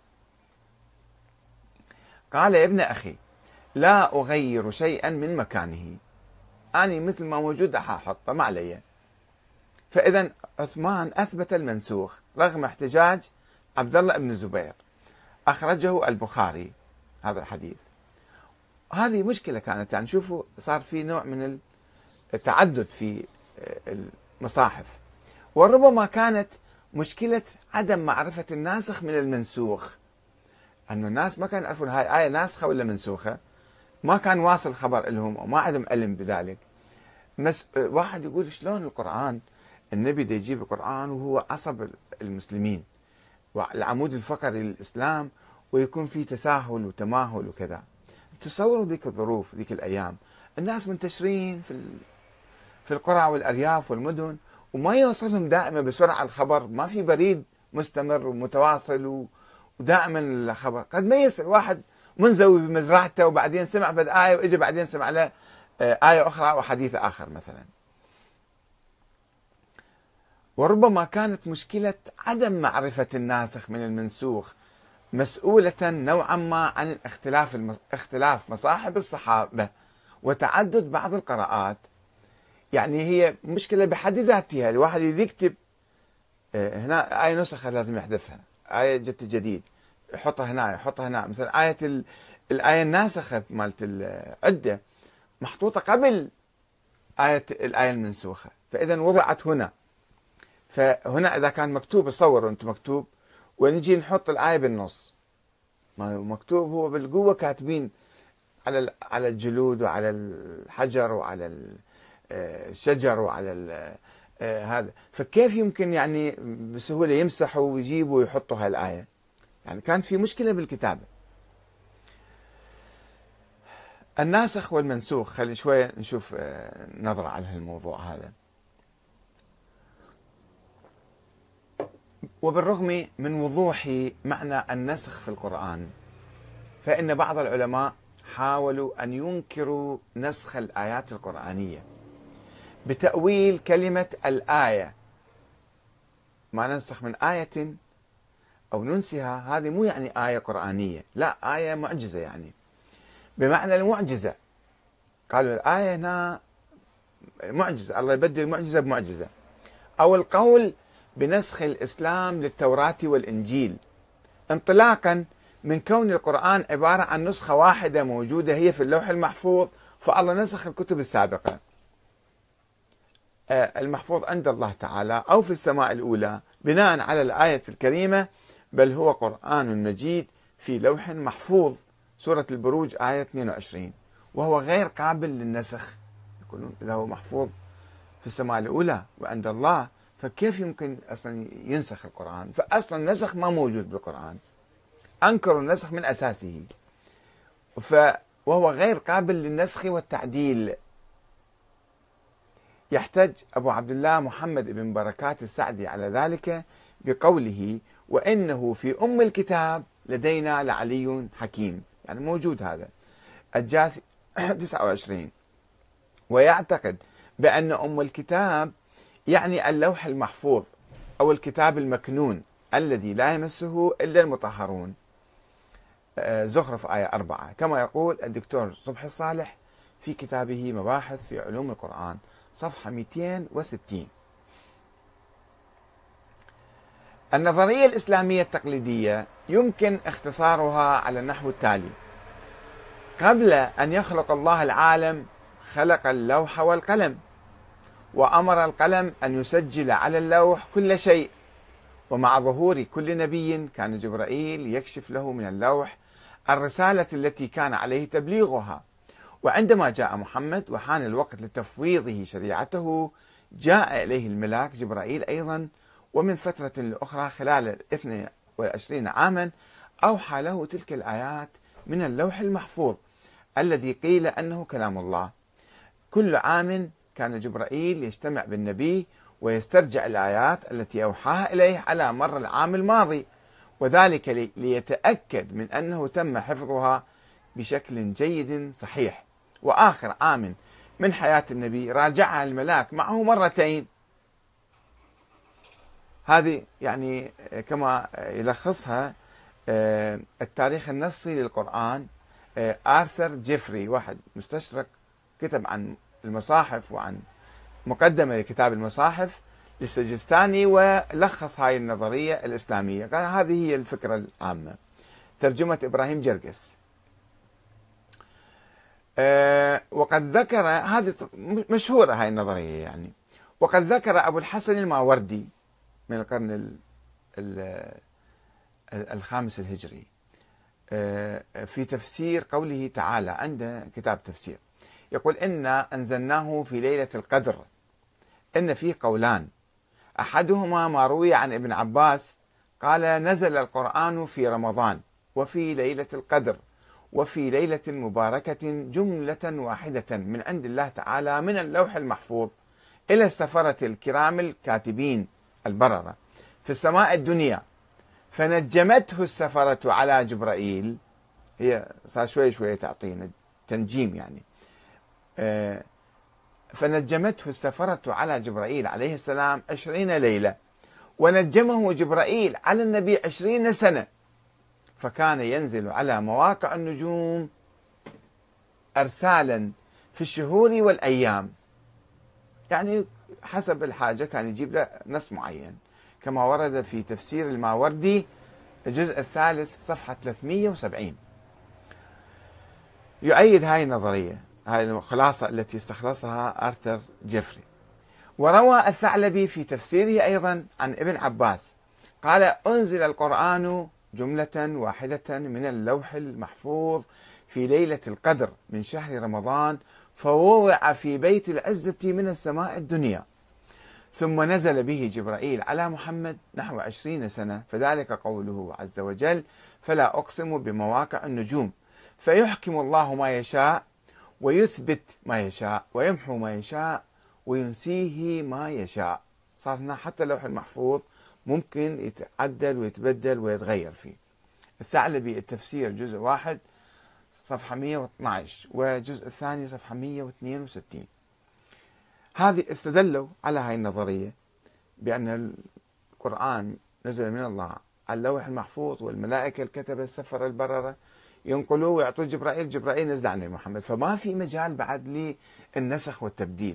قال: يا ابن أخي، لا أغير شيئا من مكانه، أنا مثل ما موجود أحطه، ما علي. فإذا عثمان أثبت المنسوخ رغم احتجاج عبد الله بن الزبير، أخرجه البخاري هذا الحديث. هذه مشكلة كانت، يعني شوفوا صار في نوع من التعدد في المصاحف، وربما كانت مشكلة عدم معرفة الناسخ من المنسوخ، أنه الناس ما كانوا يعرفون هاي آية ناسخة ولا منسوخة، ما كان واصل خبر لهم وما عندهم علم بذلك. بس واحد يقول شلون القرآن، النبي دا يجيب القرآن وهو عصب المسلمين والعمود الفقري للإسلام، ويكون في تساهل وتماهل وكذا. تصوروا ذيك الظروف، ذيك الأيام الناس منتشرين في في القرى والأرياف والمدن، وما يوصلهم دائما بسرعة الخبر، ما في بريد مستمر ومتواصل ودائما الخبر. قد ما يصير واحد منزوي بمزرعته وبعدين سمع بد آية وإجا بعدين سمع له آية أخرى أو حديث آخر مثلا. وربما كانت مشكلة عدم معرفة الناسخ من المنسوخ مسؤولة نوعا ما عن اختلاف المص... اختلاف مصاحب الصحابة وتعدد بعض القراءات. يعني هي مشكلة بحد ذاتها، الواحد يكتب هنا آية نسخة لازم يحذفها، آية جت جديد يحطها هنا يحطها هنا. مثلا آية ال... الآية الناسخة مالت العدة محطوطة قبل آية الآية المنسوخة، فإذا وضعت هنا. فهنا إذا كان مكتوب، تصوروا أنتم مكتوب ونجي نحط الآية بالنص، ما مكتوب هو بالقوة كاتبين على على الجلود وعلى الحجر وعلى الشجر وعلى هذا، فكيف يمكن يعني بسهولة يمسحوا ويجيبوا ويحطوا هالآية؟ يعني كان في مشكلة بالكتابة. الناسخ والمنسوخ، خلي شوية نشوف نظرة على الموضوع هذا. وبالرغم من وضوح معنى النسخ في القرآن، فإن بعض العلماء حاولوا أن ينكروا نسخ الآيات القرآنية بتأويل كلمة الآية. ما ننسخ من آية أو ننسها، هذه مو يعني آية قرآنية، لا، آية معجزة، يعني بمعنى المعجزة. قالوا الآية هنا معجزة، الله يبدل معجزة بمعجزة. أو القول بنسخ الإسلام للتوراة والإنجيل انطلاقا من كون القرآن عبارة عن نسخة واحدة موجودة هي في اللوح المحفوظ، فالله نسخ الكتب السابقة المحفوظ عند الله تعالى أو في السماء الأولى بناء على الآية الكريمة، بل هو قرآن مجيد في لوح محفوظ، سورة البروج آية اثنين وعشرين، وهو غير قابل للنسخ. يقولون إذا هو محفوظ في السماء الأولى وعند الله، فكيف يمكن أصلا ينسخ القرآن؟ فأصلا النسخ ما موجود بالقرآن، أنكروا النسخ من أساسه، وهو غير قابل للنسخ والتعديل. يحتج أبو عبد الله محمد بن بركات السعدي على ذلك بقوله: وإنه في أم الكتاب لدينا لعلي حكيم، يعني موجود هذا الجاثي تسعة وعشرين. ويعتقد بأن أم الكتاب يعني اللوح المحفوظ أو الكتاب المكنون الذي لا يمسه إلا المطهرون، زخرف آية أربعة، كما يقول الدكتور صبحي الصالح في كتابه مباحث في علوم القرآن صفحة مئتين وستين. النظرية الإسلامية التقليدية يمكن اختصارها على النحو التالي: قبل أن يخلق الله العالم خلق اللوح والقلم، وأمر القلم أن يسجل على اللوح كل شيء، ومع ظهور كل نبي كان جبرائيل يكشف له من اللوح الرسالة التي كان عليه تبليغها. وعندما جاء محمد وحان الوقت لتفويضه شريعته، جاء إليه الملاك جبرائيل أيضا، ومن فترة لأخرى خلال اثني وعشرين عاما أوحى له تلك الآيات من اللوح المحفوظ الذي قيل أنه كلام الله. كل عام كان جبرائيل يجتمع بالنبي ويسترجع الآيات التي أوحاها إليه على مر العام الماضي، وذلك ليتأكد من أنه تم حفظها بشكل جيد صحيح. وآخر عام من حياة النبي راجعها الملاك معه مرتين. هذه يعني كما يلخصها التاريخ النصي للقرآن آرثر جيفري، واحد مستشرق كتب عن المصاحف وعن مقدمة لكتاب المصاحف للسجستاني، ولخص هاي النظرية الإسلامية. قال هذه هي الفكرة العامة. ترجمة إبراهيم جرجس. أه وقد ذكر، هذه مشهورة هاي النظرية يعني، وقد ذكر أبو الحسن الماوردي من القرن ال ال الخامس الهجري أه في تفسير قوله تعالى، عنده كتاب تفسير، يقول إنا أنزلناه في ليلة القدر. إن فيه قولان، أحدهما ما روي عن ابن عباس قال نزل القرآن في رمضان وفي ليلة القدر وفي ليلة مباركة جملة واحدة من عند الله تعالى من اللوح المحفوظ إلى السفرة الكرام الكاتبين البررة في السماء الدنيا، فنجمته السفرة على جبرائيل. هي صار شوي شوي تعطينا تنجيم يعني. آه فنجمته السفرة على جبرائيل عليه السلام عشرين ليلة، ونجمه جبرائيل على النبي عشرين سنة، فكان ينزل على مواقع النجوم أرسالا في الشهور والأيام، يعني حسب الحاجة كان يجيب له نص معين، كما ورد في تفسير الماوردي الجزء الثالث صفحة ثلاثمئة وسبعين. يؤيد هاي النظرية، هاي الخلاصة التي استخلصها آرثر جيفري. وروى الثعلبي في تفسيره أيضا عن ابن عباس قال أنزل القرآن جملة واحدة من اللوح المحفوظ في ليلة القدر من شهر رمضان، فوضع في بيت العزة من السماء الدنيا، ثم نزل به جبرائيل على محمد نحو عشرين سنة، فذلك قوله عز وجل فلا أقسم بمواقع النجوم، فيحكم الله ما يشاء ويثبت ما يشاء ويمحو ما يشاء وينسيه ما يشاء. صار هنا حتى اللوح المحفوظ ممكن يتعدل ويتبدل ويتغير فيه. الثعلبي التفسير جزء واحد صفحة مئة واثني عشر والجزء الثاني صفحة مئة واثنين وستين. هذه استدلوا على هاي النظرية بأن القرآن نزل من الله على اللوح المحفوظ، والملائكة الكتبة السفر البررة ينقلوه ويعطوه جبرائيل، جبرائيل نزل عن محمد، فما في مجال بعد للنسخ والتبديل.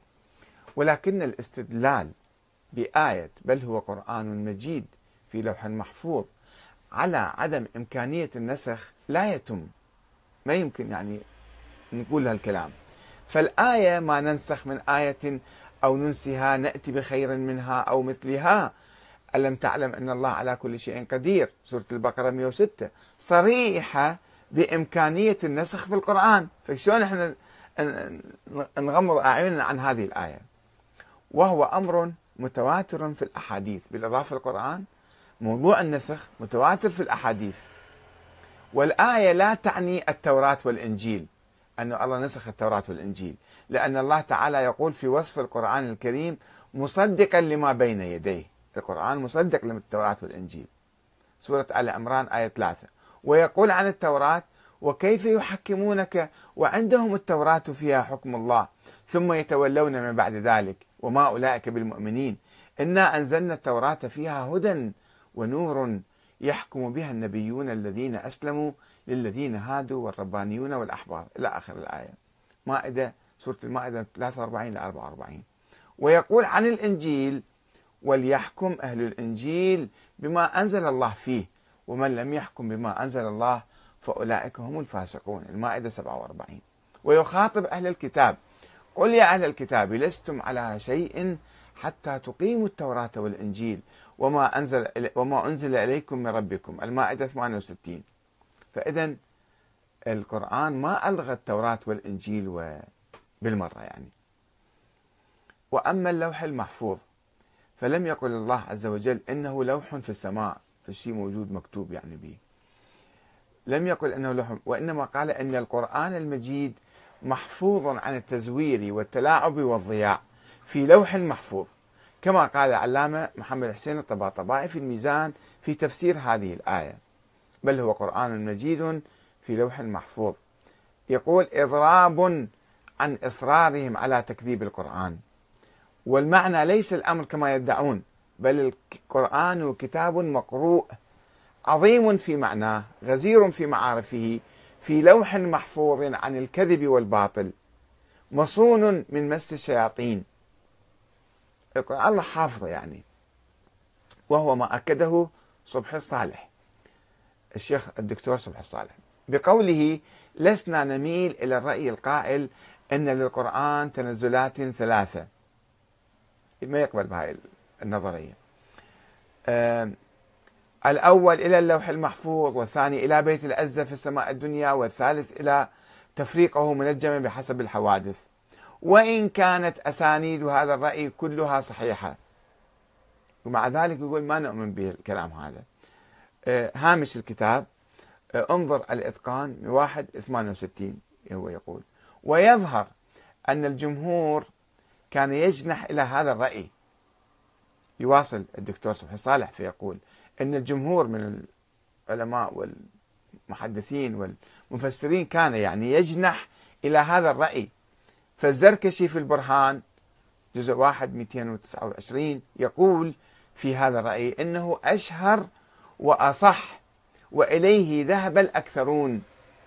ولكن الاستدلال بآية بل هو قرآن مجيد في لوح محفوظ على عدم إمكانية النسخ لا يتم، ما يمكن يعني نقول هالكلام. فالآية ما ننسخ من آية أو ننسها نأتي بخير منها أو مثلها، ألم تعلم أن الله على كل شيء قدير، سورة البقرة مئة وستة، صريحة بإمكانية النسخ في القرآن. فشلون احنا نغمض أعيننا عن هذه الآية؟ وهو أمر متواتر في الأحاديث، بالإضافة للقرآن موضوع النسخ متواتر في الأحاديث. والآية لا تعني التوراة والإنجيل، أن الله نسخ التوراة والإنجيل، لأن الله تعالى يقول في وصف القرآن الكريم مصدقا لما بين يديه، القرآن مصدق للتوراة والإنجيل، سورة آل عمران آية ثلاثة. ويقول عن التوراة وكيف يحكمونك وعندهم التوراة فيها حكم الله ثم يتولون من بعد ذلك وما أولئك بالمؤمنين، إنا أنزلنا التوراة فيها هدى ونور يحكم بها النبيون الذين أسلموا للذين هادوا والربانيون والأحبار إلى آخر الآية. مائدة، سورة المائدة ثلاثة وأربعين إلى أربعة وأربعين. ويقول عن الإنجيل وليحكم أهل الإنجيل بما أنزل الله فيه ومن لم يحكم بما أنزل الله فأولئك هم الفاسقون، المائدة سبعة وأربعين. ويخاطب أهل الكتاب قل يا أهل الكتاب لستم على شيء حتى تقيموا التوراة والإنجيل وما أنزل وما أنزل إليكم من ربكم، المائدة ثمانية وستين. فإذا القرآن ما ألغى التوراة والإنجيل بالمرة يعني. وأما اللوح المحفوظ فلم يقل الله عز وجل إنه لوح في السماء، فالشيء موجود مكتوب يعني به، لم يقل إنه لوح، وإنما قال إن القرآن المجيد محفوظ عن التزوير والتلاعب والضياع في لوح محفوظ، كما قال العلامة محمد حسين الطباطبائي في الميزان في تفسير هذه الآية، بل هو قرآن مجيد في لوح محفوظ. يقول إضراب عن إصرارهم على تكذيب القرآن، والمعنى ليس الأمر كما يدعون، بل القرآن كتاب مقروء عظيم في معناه، غزير في معارفه، في لوح محفوظ عن الكذب والباطل، مصون من مس الشياطين. القرآن الله حافظه يعني، وهو ما أكده صبحي الصالح، الشيخ الدكتور صبحي الصالح، بقوله: لسنا نميل إلى الرأي القائل أن للقرآن تنزلات ثلاثة. ما يقبل بهاي النظرية. آه الأول إلى اللوح المحفوظ، والثاني إلى بيت العزة في السماء الدنيا، والثالث إلى تفريقه منجما بحسب الحوادث، وإن كانت أسانيد هذا الرأي كلها صحيحة. ومع ذلك يقول ما نؤمن بالكلام هذا. آه هامش الكتاب: آه انظر الإتقان واحد ثمانية وستين، هو يقول: ويظهر أن الجمهور كان يجنح إلى هذا الرأي. يواصل الدكتور صبحي صالح فيقول أن الجمهور من العلماء والمحدثين والمفسرين كان يعني يجنح إلى هذا الرأي. فالزركشي في البرهان جزء واحد مئتين وتسعة وعشرين يقول في هذا الرأي إنه أشهر وأصح، وإليه ذهب الأكثرون.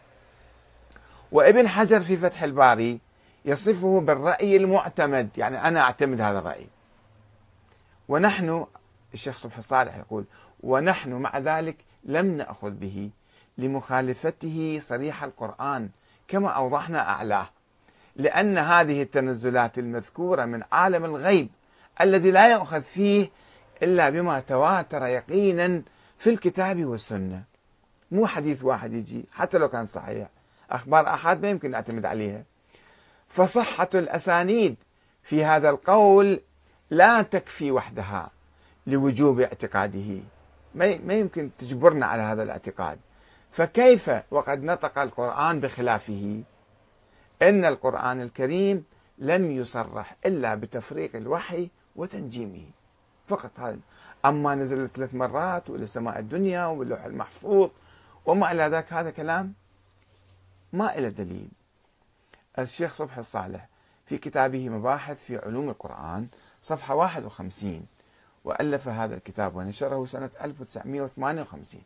وابن حجر في فتح الباري يصفه بالرأي المعتمد، يعني أنا أعتمد هذا الرأي. ونحن، الشيخ صبحي الصالح يقول: ونحن مع ذلك لم نأخذ به لمخالفته صريح القرآن كما أوضحنا أعلاه، لأن هذه التنزلات المذكورة من عالم الغيب الذي لا يؤخذ فيه إلا بما تواتر يقينا في الكتاب والسنة. مو حديث واحد يجي حتى لو كان صحيح، أخبار أحد ما يمكن نعتمد عليها. فصحة الأسانيد في هذا القول لا تكفي وحدها لوجوب اعتقاده، ما يمكن تجبرنا على هذا الاعتقاد. فكيف وقد نطق القرآن بخلافه؟ إن القرآن الكريم لم يصرح إلا بتفريق الوحي وتنجيمه فقط. هذا أما نزل ثلاث مرات وإلى السماء الدنيا واللوح المحفوظ وما إلى ذاك، هذا كلام ما إلى دليل. الشيخ صبحي الصالح في كتابه مباحث في علوم القرآن صفحة واحد وخمسين، وألف هذا الكتاب ونشره سنة ألف وتسعمئة وثمانية وخمسين.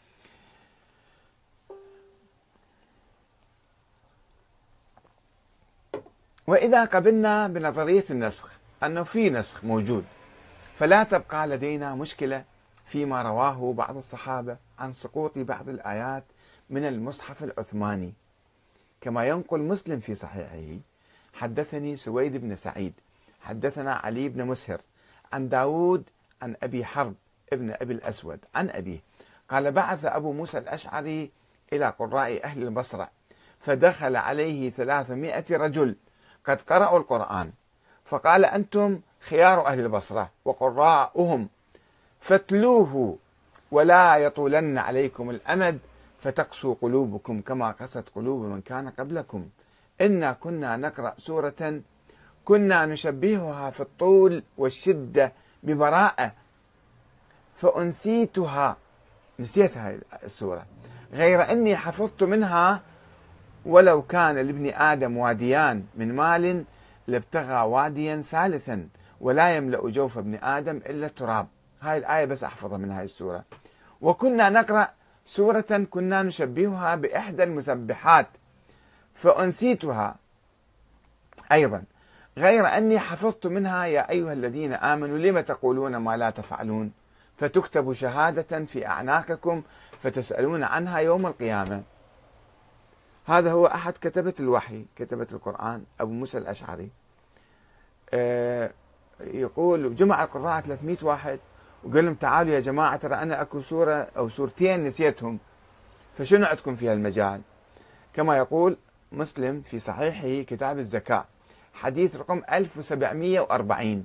وإذا قبلنا بنظرية النسخ، أنه في نسخ موجود، فلا تبقى لدينا مشكلة فيما رواه بعض الصحابة عن سقوط بعض الآيات من المصحف العثماني، كما ينقل مسلم في صحيحه: حدثني سويد بن سعيد حدثنا علي بن مسهر عن داود عن أبي حرب ابن أبي الأسود عن أبيه قال: بعث أبو موسى الأشعري إلى قراء أهل البصرة، فدخل عليه ثلاثمائة رجل قد قرأوا القرآن، فقال: أنتم خيار أهل البصرة وقراءهم، فاتلوه ولا يطولن عليكم الأمد فتقسو قلوبكم كما قست قلوب من كان قبلكم. إنا كنا نقرأ سورة كنا نشبهها في الطول والشدة ببراءة، فأنسيتها، نسيت هاي السورة، غير أني حفظت منها: ولو كان لابن آدم واديان من مال لابتغى واديا ثالثا ولا يملأ جوف ابن آدم إلا التراب. هاي الآية بس أحفظها من هاي السورة. وكنا نقرأ سورة كنا نشبهها بإحدى المسبحات، فأنسيتها أيضا، غير أني حفظت منها: يا أيها الذين آمنوا لم تقولون ما لا تفعلون، فتكتب شهادة في أعناقكم فتسألون عنها يوم القيامة. هذا هو أحد كتبة الوحي، كتبة القرآن، أبو موسى الأشعري. أه يقول جمع القراء ثلاثمائة واحد وقال لهم: تعالوا يا جماعة، ترى أنا أكو سورة أو سورتين نسيتهم، فشنو عندكم في هالمجال؟ كما يقول مسلم في صحيحه كتاب الزكاة حديث رقم ألف وسبعمئة وأربعين.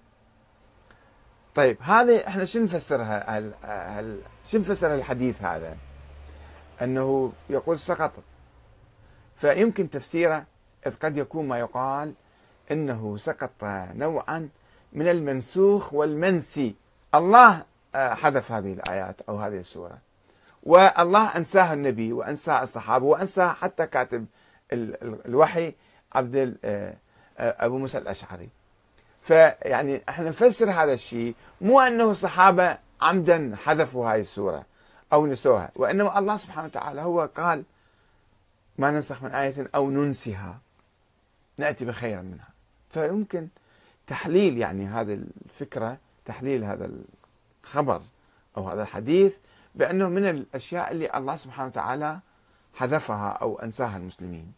طيب هذا احنا شنو نفسرها؟ هل هل شنو نفسر الحديث هذا؟ أنه يقول سقطت، فيمكن تفسيره إذ قد يكون ما يقال إنه سقط نوعا من المنسوخ والمنسي. الله حذف هذه الآيات أو هذه السورة، والله أنساه النبي وأنساه الصحابة وأنساه حتى كاتب الوحي عبد أبو موسى الأشعري. فيعني احنا نفسر هذا الشيء مو أنه الصحابة عمدا حذفوا هاي السورة أو نسوها، وإنما الله سبحانه وتعالى هو قال ما ننسخ من آية أو ننسها نأتي بخيرا منها. فيمكن تحليل يعني هذه الفكرة، تحليل هذا الخبر أو هذا الحديث بأنه من الأشياء اللي الله سبحانه وتعالى حذفها أو أنساها المسلمين.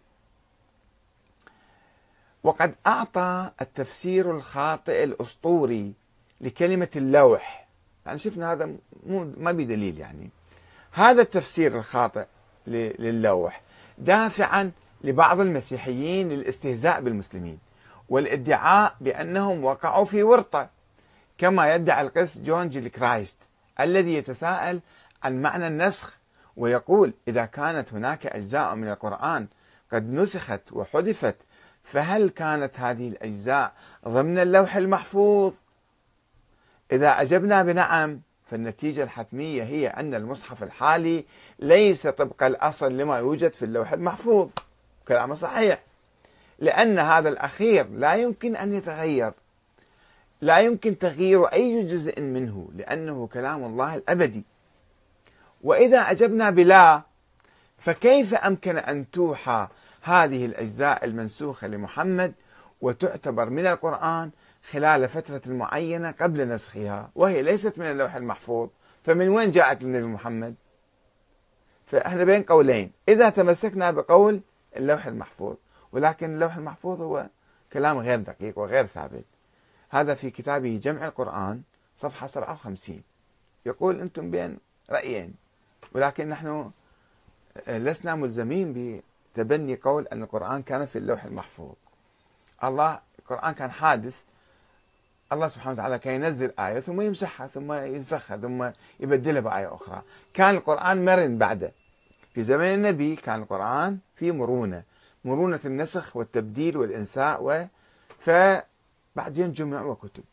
وقد أعطى التفسير الخاطئ الأسطوري لكلمة اللوح، يعني شفنا هذا مو ما بدليل، يعني هذا التفسير الخاطئ للوح دافعا لبعض المسيحيين للاستهزاء بالمسلمين والادعاء بأنهم وقعوا في ورطة، كما يدعي القس جون جيل كرايست الذي يتساءل عن معنى النسخ ويقول إذا كانت هناك أجزاء من القرآن قد نسخت وحذفت فهل كانت هذه الأجزاء ضمن اللوح المحفوظ؟ إذا أجبنا بنعم فالنتيجة الحتمية هي أن المصحف الحالي ليس طبق الأصل لما يوجد في اللوح المحفوظ. كلامه صحيح، لأن هذا الأخير لا يمكن أن يتغير، لا يمكن تغيير أي جزء منه لأنه كلام الله الأبدي. وإذا أجبنا بلا فكيف أمكن أن توحى هذه الأجزاء المنسوخة لمحمد وتعتبر من القرآن خلال فترة معينة قبل نسخها وهي ليست من اللوح المحفوظ؟ فمن وين جاءت للنبي محمد؟ فإحنا بين قولين، إذا تمسكنا بقول اللوح المحفوظ، ولكن اللوح المحفوظ هو كلام غير دقيق وغير ثابت. هذا في كتابه جمع القرآن صفحة سبعة وخمسين يقول أنتم بين رأيين، ولكن نحن لسنا ملزمين بتبني قول أن القرآن كان في اللوح المحفوظ. الله القرآن كان حادث، الله سبحانه وتعالى كان ينزل آية ثم يمسحها ثم ينسخها ثم يبدلها بآية أخرى. كان القرآن مرن بعده، في زمن النبي كان القرآن في مرونة، مرونة النسخ والتبديل والإنساء، و فبعدين جمع وكتب.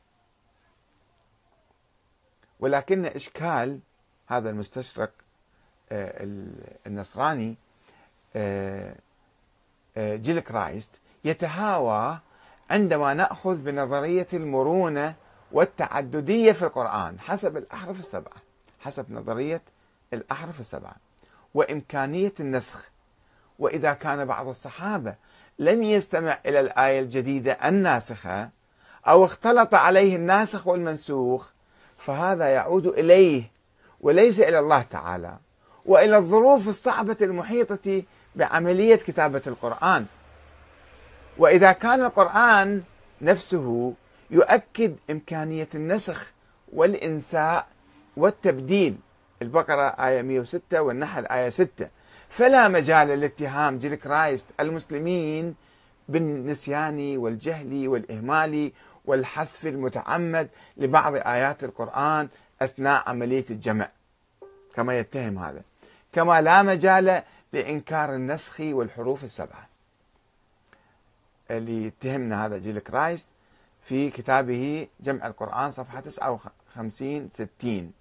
ولكن إشكال هذا المستشرق النصراني جيل كرايست يتهاوى عندما نأخذ بنظرية المرونة والتعددية في القرآن حسب الأحرف السبعة، حسب نظرية الأحرف السبعة وإمكانية النسخ. وإذا كان بعض الصحابة لم يستمع إلى الآية الجديدة الناسخة أو اختلط عليه الناسخ والمنسوخ فهذا يعود إليه وليس إلى الله تعالى وإلى الظروف الصعبة المحيطة بعملية كتابة القرآن. وإذا كان القرآن نفسه يؤكد إمكانية النسخ والإنساء والتبديل، البقرة آية مئة وستة والنحل آية ستة، فلا مجال لاتهام جيل كرايست المسلمين بالنسيان والجهل والإهمال والحذف المتعمد لبعض آيات القرآن أثناء عملية الجمع كما يتهم هذا، كما لا مجال لإنكار النسخ والحروف السبعة اللي يتهمنا هذا جيل كرايست في كتابه جمع القرآن صفحة تسعة وخمسين ستين.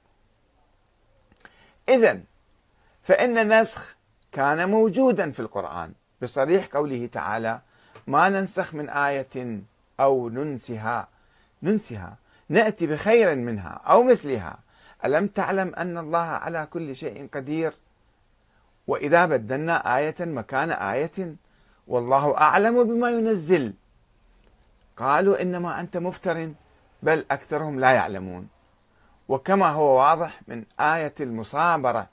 إذن فإن النسخ كان موجودا في القرآن بصريح قوله تعالى ما ننسخ من آية أو ننسها ننسها نأتي بخير منها أو مثلها ألم تعلم أن الله على كل شيء قدير. وإذا بدلنا آية مكان آية والله أعلم بما ينزل قالوا إنما أنت مفتر بل أكثرهم لا يعلمون. وكما هو واضح من آية المصابرة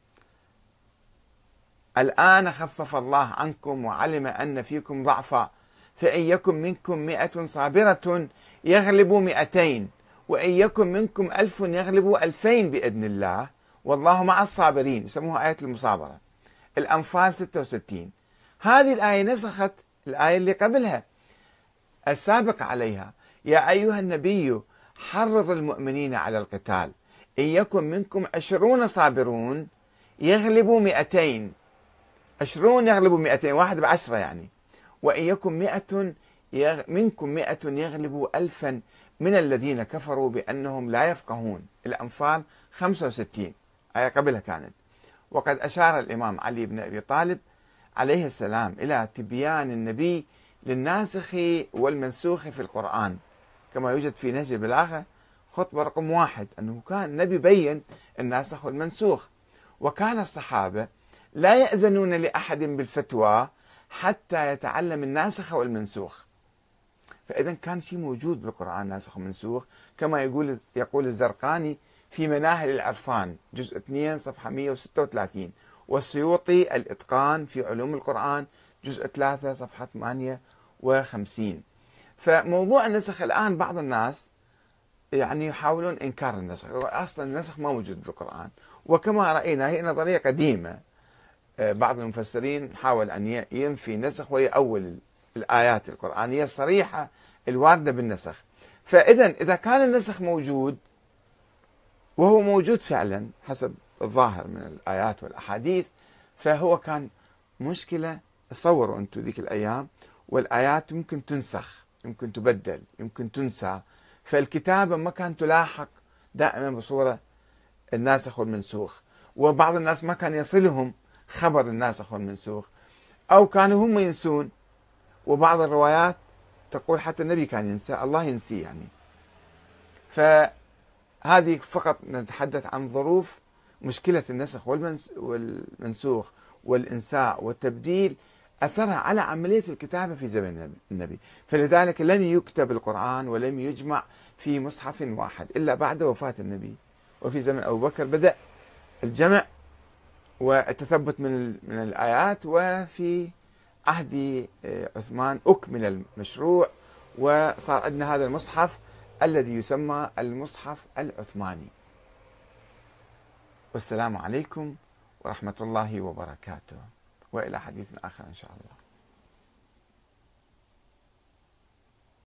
الآن خفف الله عنكم وعلم أن فيكم ضعفا فإن يكن منكم مئة صابرة يغلبوا مئتين وإن يكن منكم ألف يغلبوا ألفين بإذن الله والله مع الصابرين، يسموها آية المصابرة. الأنفال ستة وستين. هذه الآية نسخت الآية اللي قبلها السابق عليها يا أيها النبي حرض المؤمنين على القتال إن يكن منكم عشرون صابرون يغلبوا مئتين، عشرون يغلبوا مئتين، واحد بعشرة يعني، وإن يكن مئة يغ... منكم مئة يغلبوا ألفا من الذين كفروا بأنهم لا يفقهون. الأنفال خمسة وستين آية قبلها كانت. وقد أشار الإمام علي بن أبي طالب عليه السلام إلى تبيان النبي للناسخ والمنسوخ في القرآن، كما يوجد في نهج البلاغة خطبة رقم واحد، أنه كان النبي بين الناسخ والمنسوخ، وكان الصحابة لا يأذنون لأحد بالفتوى حتى يتعلم الناسخ والمنسوخ. فإذا كان شيء موجود بالقرآن ناسخ ومنسوخ، كما يقول يقول الزرقاني في مناهل العرفان جزء اثنين صفحة مئة وستة وثلاثين، والسيوطي الإتقان في علوم القرآن جزء ثلاثة صفحة ثمانية وخمسين. فموضوع النسخ الآن بعض الناس يعني يحاولون إنكار النسخ، أصلا النسخ ما موجود بالقرآن، وكما رأينا هي نظرية قديمة. بعض المفسرين حاول أن ينفي النسخ ويأول الآيات القرآنية الصريحة الواردة بالنسخ. فإذا إذا كان النسخ موجود، وهو موجود فعلا حسب الظاهر من الآيات والأحاديث، فهو كان مشكلة. تصوروا أنتم ذيك الأيام والآيات ممكن تنسخ، يمكن تبدل، يمكن تنسى، فالكتابة ما كانت تلاحق دائما بصورة الناسخ والمنسوخ، وبعض الناس ما كان يصلهم خبر الناسخ والمنسوخ، أو كانوا هم ينسون. وبعض الروايات تقول حتى النبي كان ينسى، الله ينسيه يعني. فهذه فقط نتحدث عن ظروف مشكلة النسخ والمنسوخ والإنساء والتبديل، أثرها على عملية الكتابة في زمن النبي. فلذلك لم يكتب القرآن ولم يجمع في مصحف واحد إلا بعد وفاة النبي. وفي زمن أبو بكر بدأ الجمع والتثبت من من الآيات، وفي عهد عثمان أكمل المشروع وصار عندنا هذا المصحف الذي يسمى المصحف العثماني. والسلام عليكم ورحمة الله وبركاته، وإلى حديث آخر إن شاء الله.